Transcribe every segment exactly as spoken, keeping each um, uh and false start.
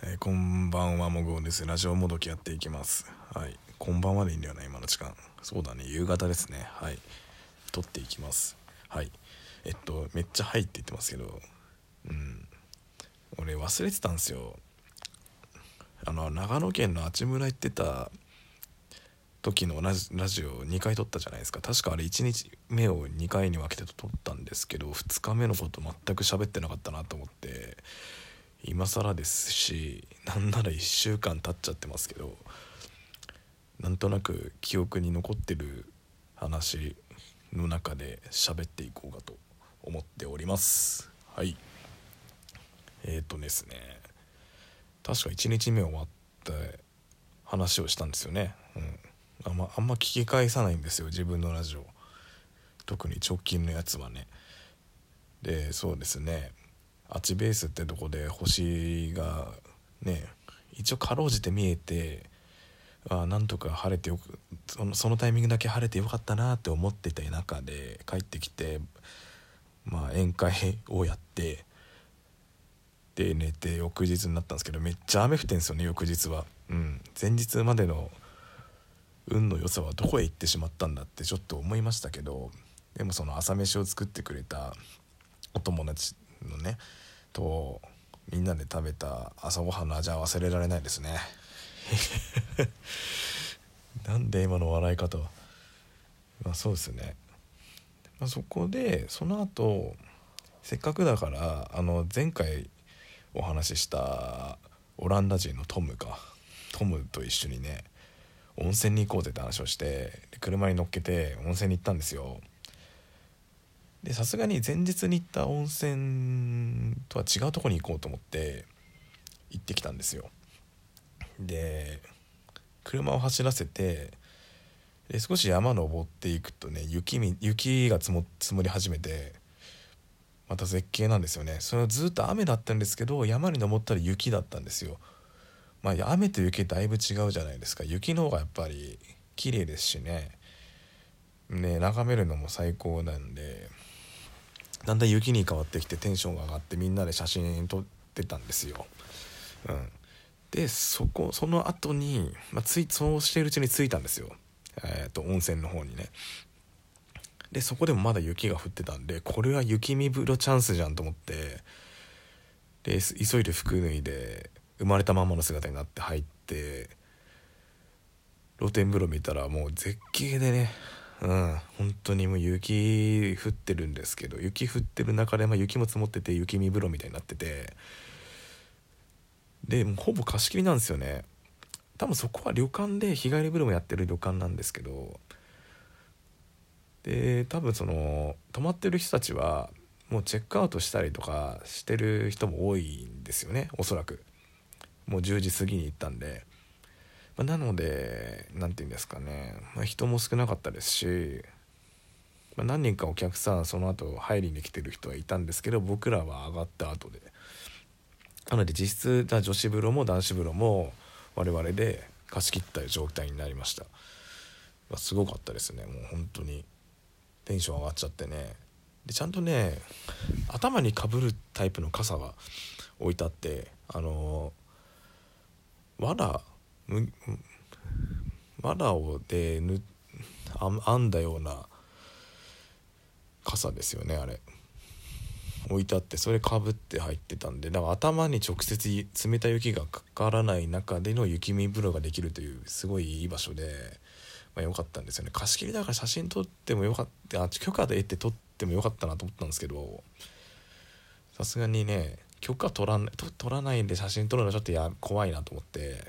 えーこんばんは、もぐおです。ラジオもどきやっていきます。はい。こんばんはでいいんだよな、今の時間。そうだね、夕方ですね。はい。撮っていきます。はい。えっと、めっちゃはいって言ってますけど、うん。俺忘れてたんですよ。あの、長野県の阿智村行ってた時のラジラジオにかい撮ったじゃないですか。確かあれいちにちめをにかいに分けて撮ったんですけど、ふつかめのこと全く喋ってなかったなと思って、今更ですし、なんならいっしゅうかん経っちゃってますけど、なんとなく記憶に残ってる話の中で喋っていこうかと思っております。はい。えーとですね確かいちにちめ終わって話をしたんですよね。うん。あんまあんま聞き返さないんですよ、自分のラジオ。特に直近のやつはね。で、そうですね、アチベースってとこで星がね、一応かろうじて見えて、あなんとか晴れてよくその、そのタイミングだけ晴れてよかったなって思ってた中で帰ってきて、まあ宴会をやって、で寝て翌日になったんですけど、めっちゃ雨降ってんですよね、翌日は。うん。前日までの運の良さはどこへ行ってしまったんだってちょっと思いましたけど、でもその朝飯を作ってくれたお友達のねとみんなで食べた朝ごはんの味は忘れられないですね。なんで今の笑い方は。まあそうですね。まあ、そこでその後せっかくだからあの前回お話ししたオランダ人のトムかトムと一緒にね、温泉に行こうぜって話をして、車に乗っけて温泉に行ったんですよ。でさすがに前日に行った温泉とは違うとこに行こうと思って行ってきたんですよ。で車を走らせて、で少し山登っていくとね、雪み雪が積も積もり始めて、また絶景なんですよね。それはずっと雨だったんですけど、山に登ったら雪だったんですよ。まあ雨と雪だいぶ違うじゃないですか。雪の方がやっぱり綺麗ですしね、ね眺めるのも最高なんで、だんだん雪に変わってきてテンションが上がってみんなで写真撮ってたんですよ。うん。でそこその後に、まあ、ついそうしているうちに着いたんですよ。えっと温泉の方にね。でそこでもまだ雪が降ってたんで、これは雪見風呂チャンスじゃんと思って、で急いで服脱いで生まれたままの姿になって入って露天風呂見たらもう絶景でね、うん本当にもう雪降ってるんですけど、雪降ってる中で、まあ、雪も積もってて雪見風呂みたいになってて、でもうほぼ貸し切りなんですよね。多分そこは旅館で日帰り風呂もやってる旅館なんですけど、で多分その泊まってる人たちはもうチェックアウトしたりとかしてる人も多いんですよね、おそらく。もうじゅうじ過ぎに行ったんで、まあ、なのでなんて言うんですかね、まあ、人も少なかったですし、まあ、何人かお客さんその後入りに来てる人はいたんですけど、僕らは上がった後で、なので実質女子風呂も男子風呂も我々で貸し切った状態になりました。まあ、すごかったですね。もう本当にテンション上がっちゃってね。でちゃんとね頭にかぶるタイプの傘が置いてあって、あの藁む藁をでぬ編編んだような傘ですよね、あれ置いてあって、それかぶって入ってたんで、だから頭に直接冷たい雪がかからない中での雪見風呂ができるというすごいいい場所で、まあ、よかったんですよね。貸し切りだから写真撮ってもよかった、あ許可で得て撮ってもよかったなと思ったんですけど、さすがにね許可取らんと取らないで写真撮るのはちょっとや怖いなと思って、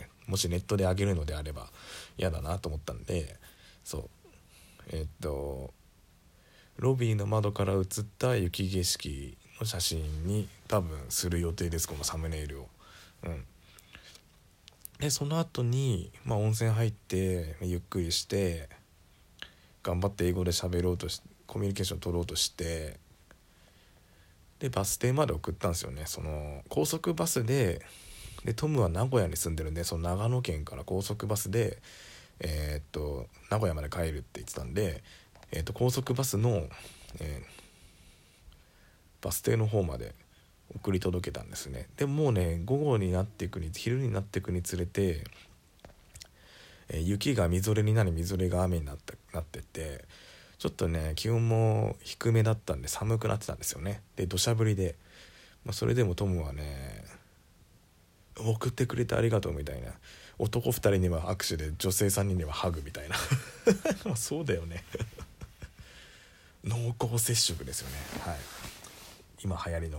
もしネットで上げるのであれば嫌だなと思ったんで、そうえーっとロビーの窓から映った雪景色の写真に多分する予定です、このサムネイルを。うん。でその後に、まあ、温泉入ってゆっくりして頑張って英語で喋ろうとしコミュニケーション取ろうとして、でバス停まで送ったんですよね。その高速バスで、でトムは名古屋に住んでるんで、その長野県から高速バスでえーっと名古屋まで帰るって言ってたんで、えーっと高速バスの、えーバス停の方まで送り届けたんですね。でももうね午後になっていくに昼になっていくにつれて、えー、雪がみぞれになりみぞれが雨になってなってってちょっとね気温も低めだったんで寒くなってたんですよね。で土砂降りで、まあ、それでもトムはね送ってくれてありがとうみたいな、男ふたりには握手で女性さんにんにはハグみたいなまあそうだよね濃厚接触ですよね。はい今流行りの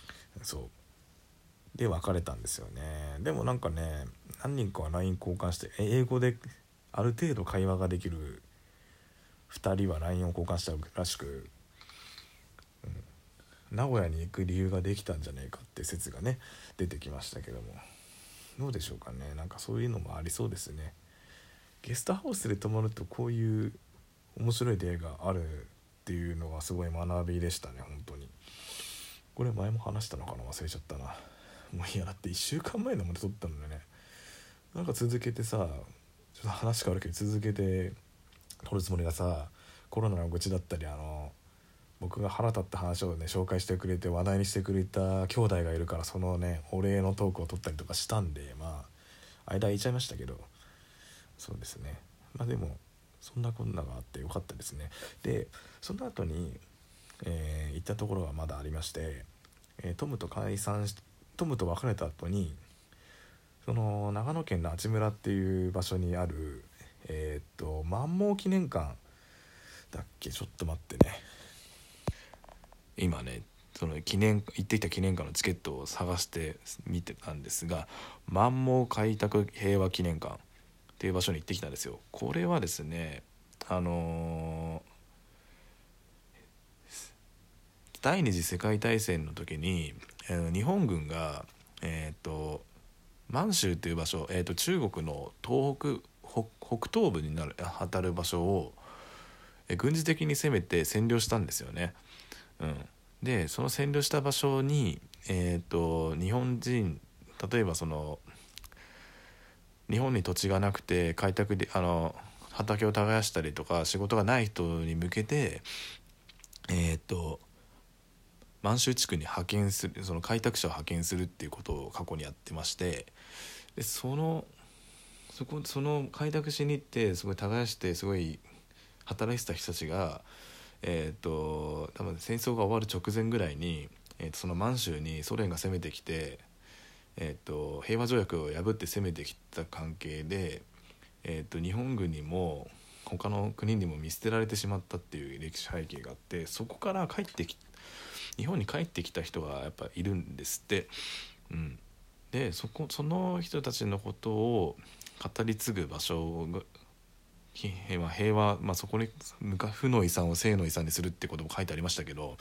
そうで別れたんですよね。でもなんかね何人かは ライン 交換して英語である程度会話ができるふたりは ライン を交換したらしく、うん、名古屋に行く理由ができたんじゃねえかって説がね出てきましたけども、どうでしょうかね。なんかそういうのもありそうですね。ゲストハウスで泊まるとこういう面白い出会いがあるっていうのがすごい学びでしたね。本当にこれ前も話したのかな忘れちゃったな。もういやだっていっしゅうかんまえのまで撮ったのでね、なんか続けてさちょっと話変わるけど続けて撮るつもりがさ、コロナの愚痴だったりあの僕が腹立った話をね紹介してくれて話題にしてくれた兄弟がいるから、そのねお礼のトークを撮ったりとかしたんで、まあ間空いちゃいましたけど、そうですね。まあでもそんなこんながあってよかったですね。でその後に、えー行ったところがまだありまして、えートムと解散しトムと別れた後にその長野県の阿智村っていう場所にあるえー、っと万蒙記念館だっけ、ちょっと待ってね、今ねその記念行ってきた記念館のチケットを探して見てたんですが、万蒙開拓平和記念館っていう場所に行ってきたんですよ。これはですねあのー、第二次世界大戦の時に、えー、日本軍がえっ、と満州っていう場所、えー、と中国の東北 北, 北東部になる当たる場所を、えー、軍事的に攻めて占領したんですよね。うん、でその占領した場所に、えー、と日本人例えばその日本に土地がなくて開拓であの畑を耕したりとか仕事がない人に向けてえっ、と満州地区に派遣するその開拓者を派遣するっていうことを過去にやってまして、でそのそこその開拓しに行ってすごい耕してすごい働いてた人たちがえっ、と多分戦争が終わる直前ぐらいに、えー、とその満州にソ連が攻めてきて、えー、と平和条約を破って攻めてきた関係で、えー、と日本軍にも他の国にも見捨てられてしまったっていう歴史背景があって、そこから帰ってき日本に帰ってきた人がやっぱいるんですって、うん、でそこその人たちのことを語り継ぐ場所が平和、平和まあ、そこに負の遺産を生の遺産にするってことも書いてありましたけど、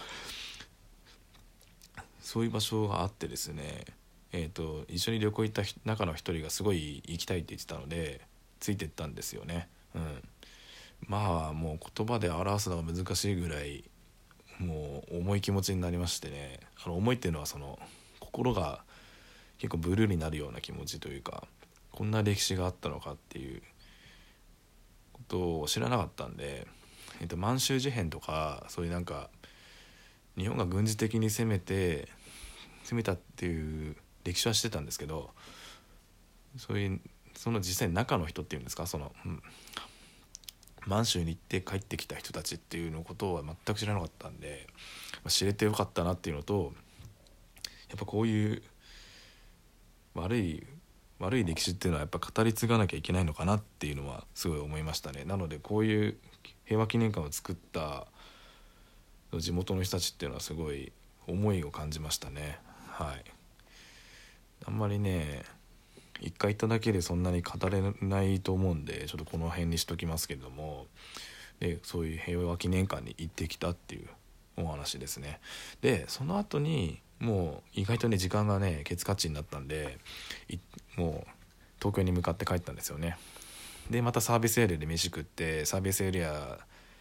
そういう場所があってですね、えーと、一緒に旅行行った中の一人がすごい行きたいって言ってたのでついてったんですよね。うん、まあもう言葉で表すのが難しいぐらいもう重い気持ちになりましてね、あの重いっていうのはその心が結構ブルーになるような気持ちというか、こんな歴史があったのかっていうことを知らなかったんで、えっと、満州事変とかそういうなんか日本が軍事的に攻めて攻めたっていう歴史はしてたんですけど、そういうその実際に中の人っていうんですか、その、うん、満州に行って帰ってきた人たちっていうのことは全く知らなかったんで、まあ、知れてよかったなっていうのと、やっぱこういう悪い悪い歴史っていうのはやっぱ語り継がなきゃいけないのかなっていうのはすごい思いましたね。なのでこういう平和記念館を作った地元の人たちっていうのはすごい思いを感じましたね。はい。あんまりね一回行っただけでそんなに語れないと思うんでちょっとこの辺にしときますけれども、でそういう平和記念館に行ってきたっていうお話ですね。でその後にもう意外とね時間がねケツカッチになったんでもう東京に向かって帰ったんですよね。でまたサービスエリアで飯食ってサービスエリア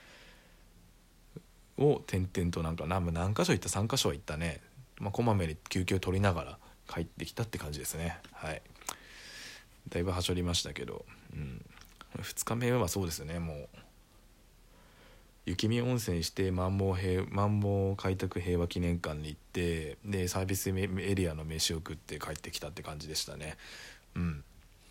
を転々となんか 何, 何箇所行ったさん箇所は行ったね、まあ、こまめに休憩を取りながら帰ってきたって感じですね。はい。だいぶはしょりましたけど、うん、ふつかめはそうですね、もう雪見温泉してマンモ平マンモ開拓平和記念館に行って、でサービスエリアの飯を食って帰ってきたって感じでしたね。うん。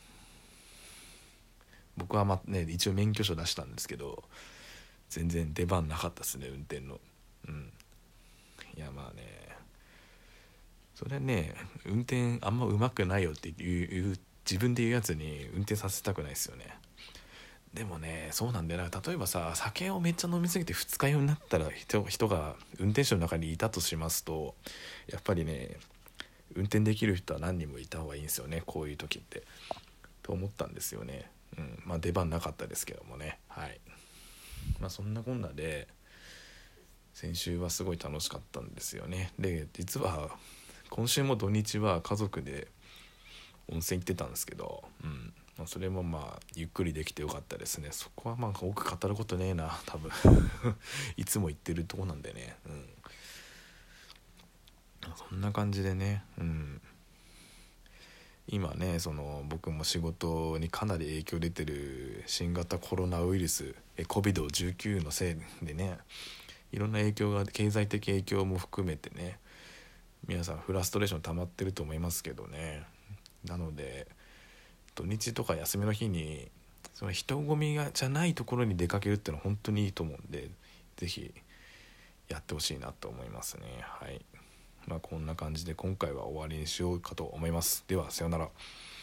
僕はまね一応免許証出したんですけど、全然出番なかったですね、運転の。うん。いやまあね、それはね、運転あんま上手くないよっていう自分で言うやつに運転させたくないですよね。でもね、そうなんだよな。例えばさ、酒をめっちゃ飲みすぎて二日酔いになったら人人が運転手の中にいたとしますと、やっぱりね、運転できる人は何人もいた方がいいんですよね、こういう時ってと思ったんですよね。うん、まあ出番なかったですけどもね。はい。まあそんなこんなで先週はすごい楽しかったんですよね。で実は今週も土日は家族で温泉行ってたんですけど、うんまあ、それもまあゆっくりできてよかったですね。そこはまあ多く語ることねえな多分いつも行ってるとこなんでね、うん、そんな感じでね、うん、今ねその僕も仕事にかなり影響出てる新型コロナウイルス コビドじゅうきゅう のせいでね、いろんな影響が経済的影響も含めてね、皆さんフラストレーション溜まってると思いますけどね。なので土日とか休みの日にその人混みがじゃないところに出かけるっていうのは本当にいいと思うんで、ぜひやってほしいなと思いますね。はい。まあこんな感じで今回は終わりにしようかと思います。ではさようなら。